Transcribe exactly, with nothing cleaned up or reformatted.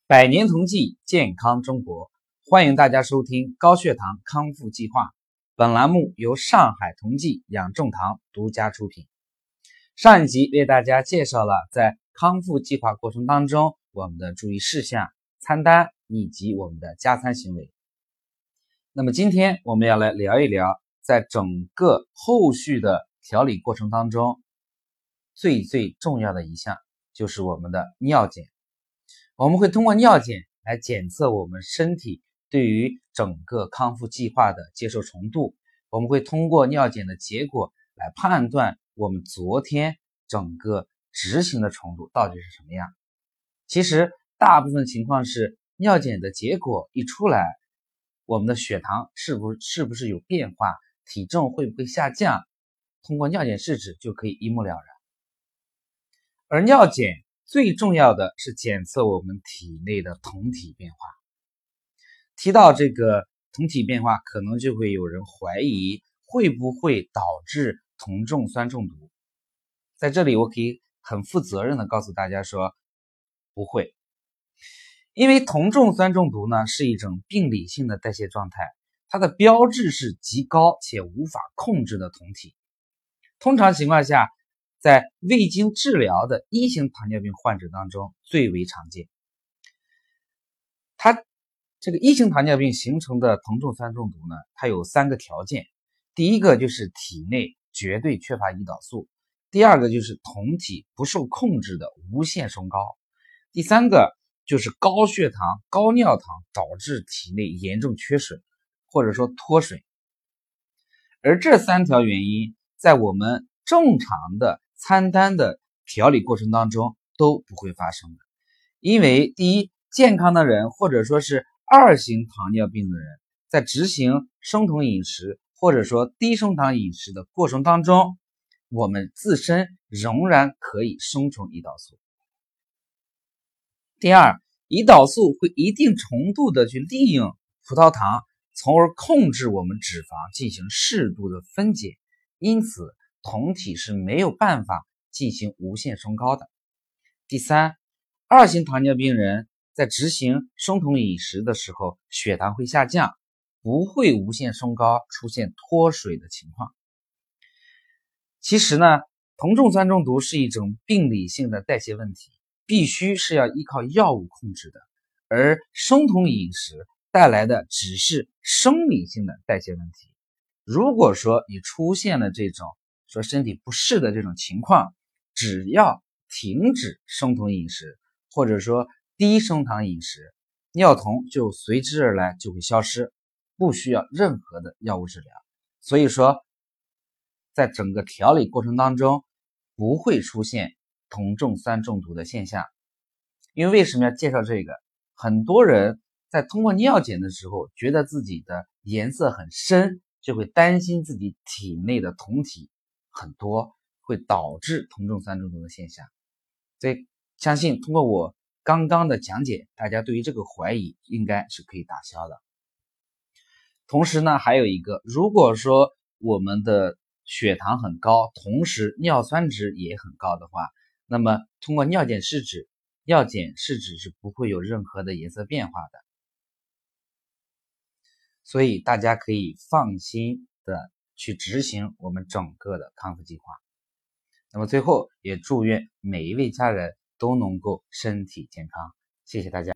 百年同济，健康中国，欢迎大家收听高血糖康复计划。本栏目由上海同济养正堂独家出品。上一集为大家介绍了在康复计划过程当中我们的注意事项、餐单以及我们的加餐行为。那么今天我们要来聊一聊，在整个后续的调理过程当中，最最重要的一项就是我们的尿检。我们会通过尿检来检测我们身体对于整个康复计划的接受程度，我们会通过尿检的结果来判断我们昨天整个执行的程度到底是什么样。其实大部分情况是尿检的结果一出来，我们的血糖是不是是不是有变化，体重会不会下降，通过尿检试纸就可以一目了然。而尿检最重要的是检测我们体内的酮体变化。提到这个酮体变化，可能就会有人怀疑会不会导致酮重酸中毒。在这里我可以很负责任的告诉大家说，不会。因为酮重酸中毒呢是一种病理性的代谢状态，它的标志是极高且无法控制的酮体。通常情况下，在未经治疗的一型糖尿病患者当中最为常见。它这个一型糖尿病形成的酮重酸中毒呢，它有三个条件。第一个就是体内绝对缺乏胰岛素，第二个就是酮体不受控制的无限升高，第三个就是高血糖、高尿糖导致体内严重缺水或者说脱水。而这三条原因在我们正常的餐单的调理过程当中都不会发生的。因为第一，健康的人或者说是二型糖尿病的人，在执行生酮饮食或者说低升糖饮食的过程当中，我们自身仍然可以生成胰岛素。第二，胰岛素会一定程度的去利用葡萄糖，从而控制我们脂肪进行适度的分解，因此酮体是没有办法进行无限升高的。第三，二型糖尿病人在执行生酮饮食的时候，血糖会下降，不会无限升高，出现脱水的情况。其实呢，酮重酸中毒是一种病理性的代谢问题，必须是要依靠药物控制的，而生酮饮食带来的只是生理性的代谢问题。如果说你出现了这种说身体不适的这种情况，只要停止生酮饮食或者说低升糖饮食，尿酮就随之而来，就会消失，不需要任何的药物治疗。所以说在整个调理过程当中不会出现酮重酸中毒的现象。因为为什么要介绍这个？很多人在通过尿检的时候觉得自己的颜色很深，就会担心自己体内的酮体很多，会导致酮重酸中毒的现象。所以相信通过我刚刚的讲解，大家对于这个怀疑应该是可以打消的。同时呢，还有一个，如果说我们的血糖很高，同时尿酸值也很高的话，那么通过尿检试纸，尿检试纸是不会有任何的颜色变化的。所以大家可以放心的去执行我们整个的康复计划。那么最后也祝愿每一位家人都能够身体健康，谢谢大家。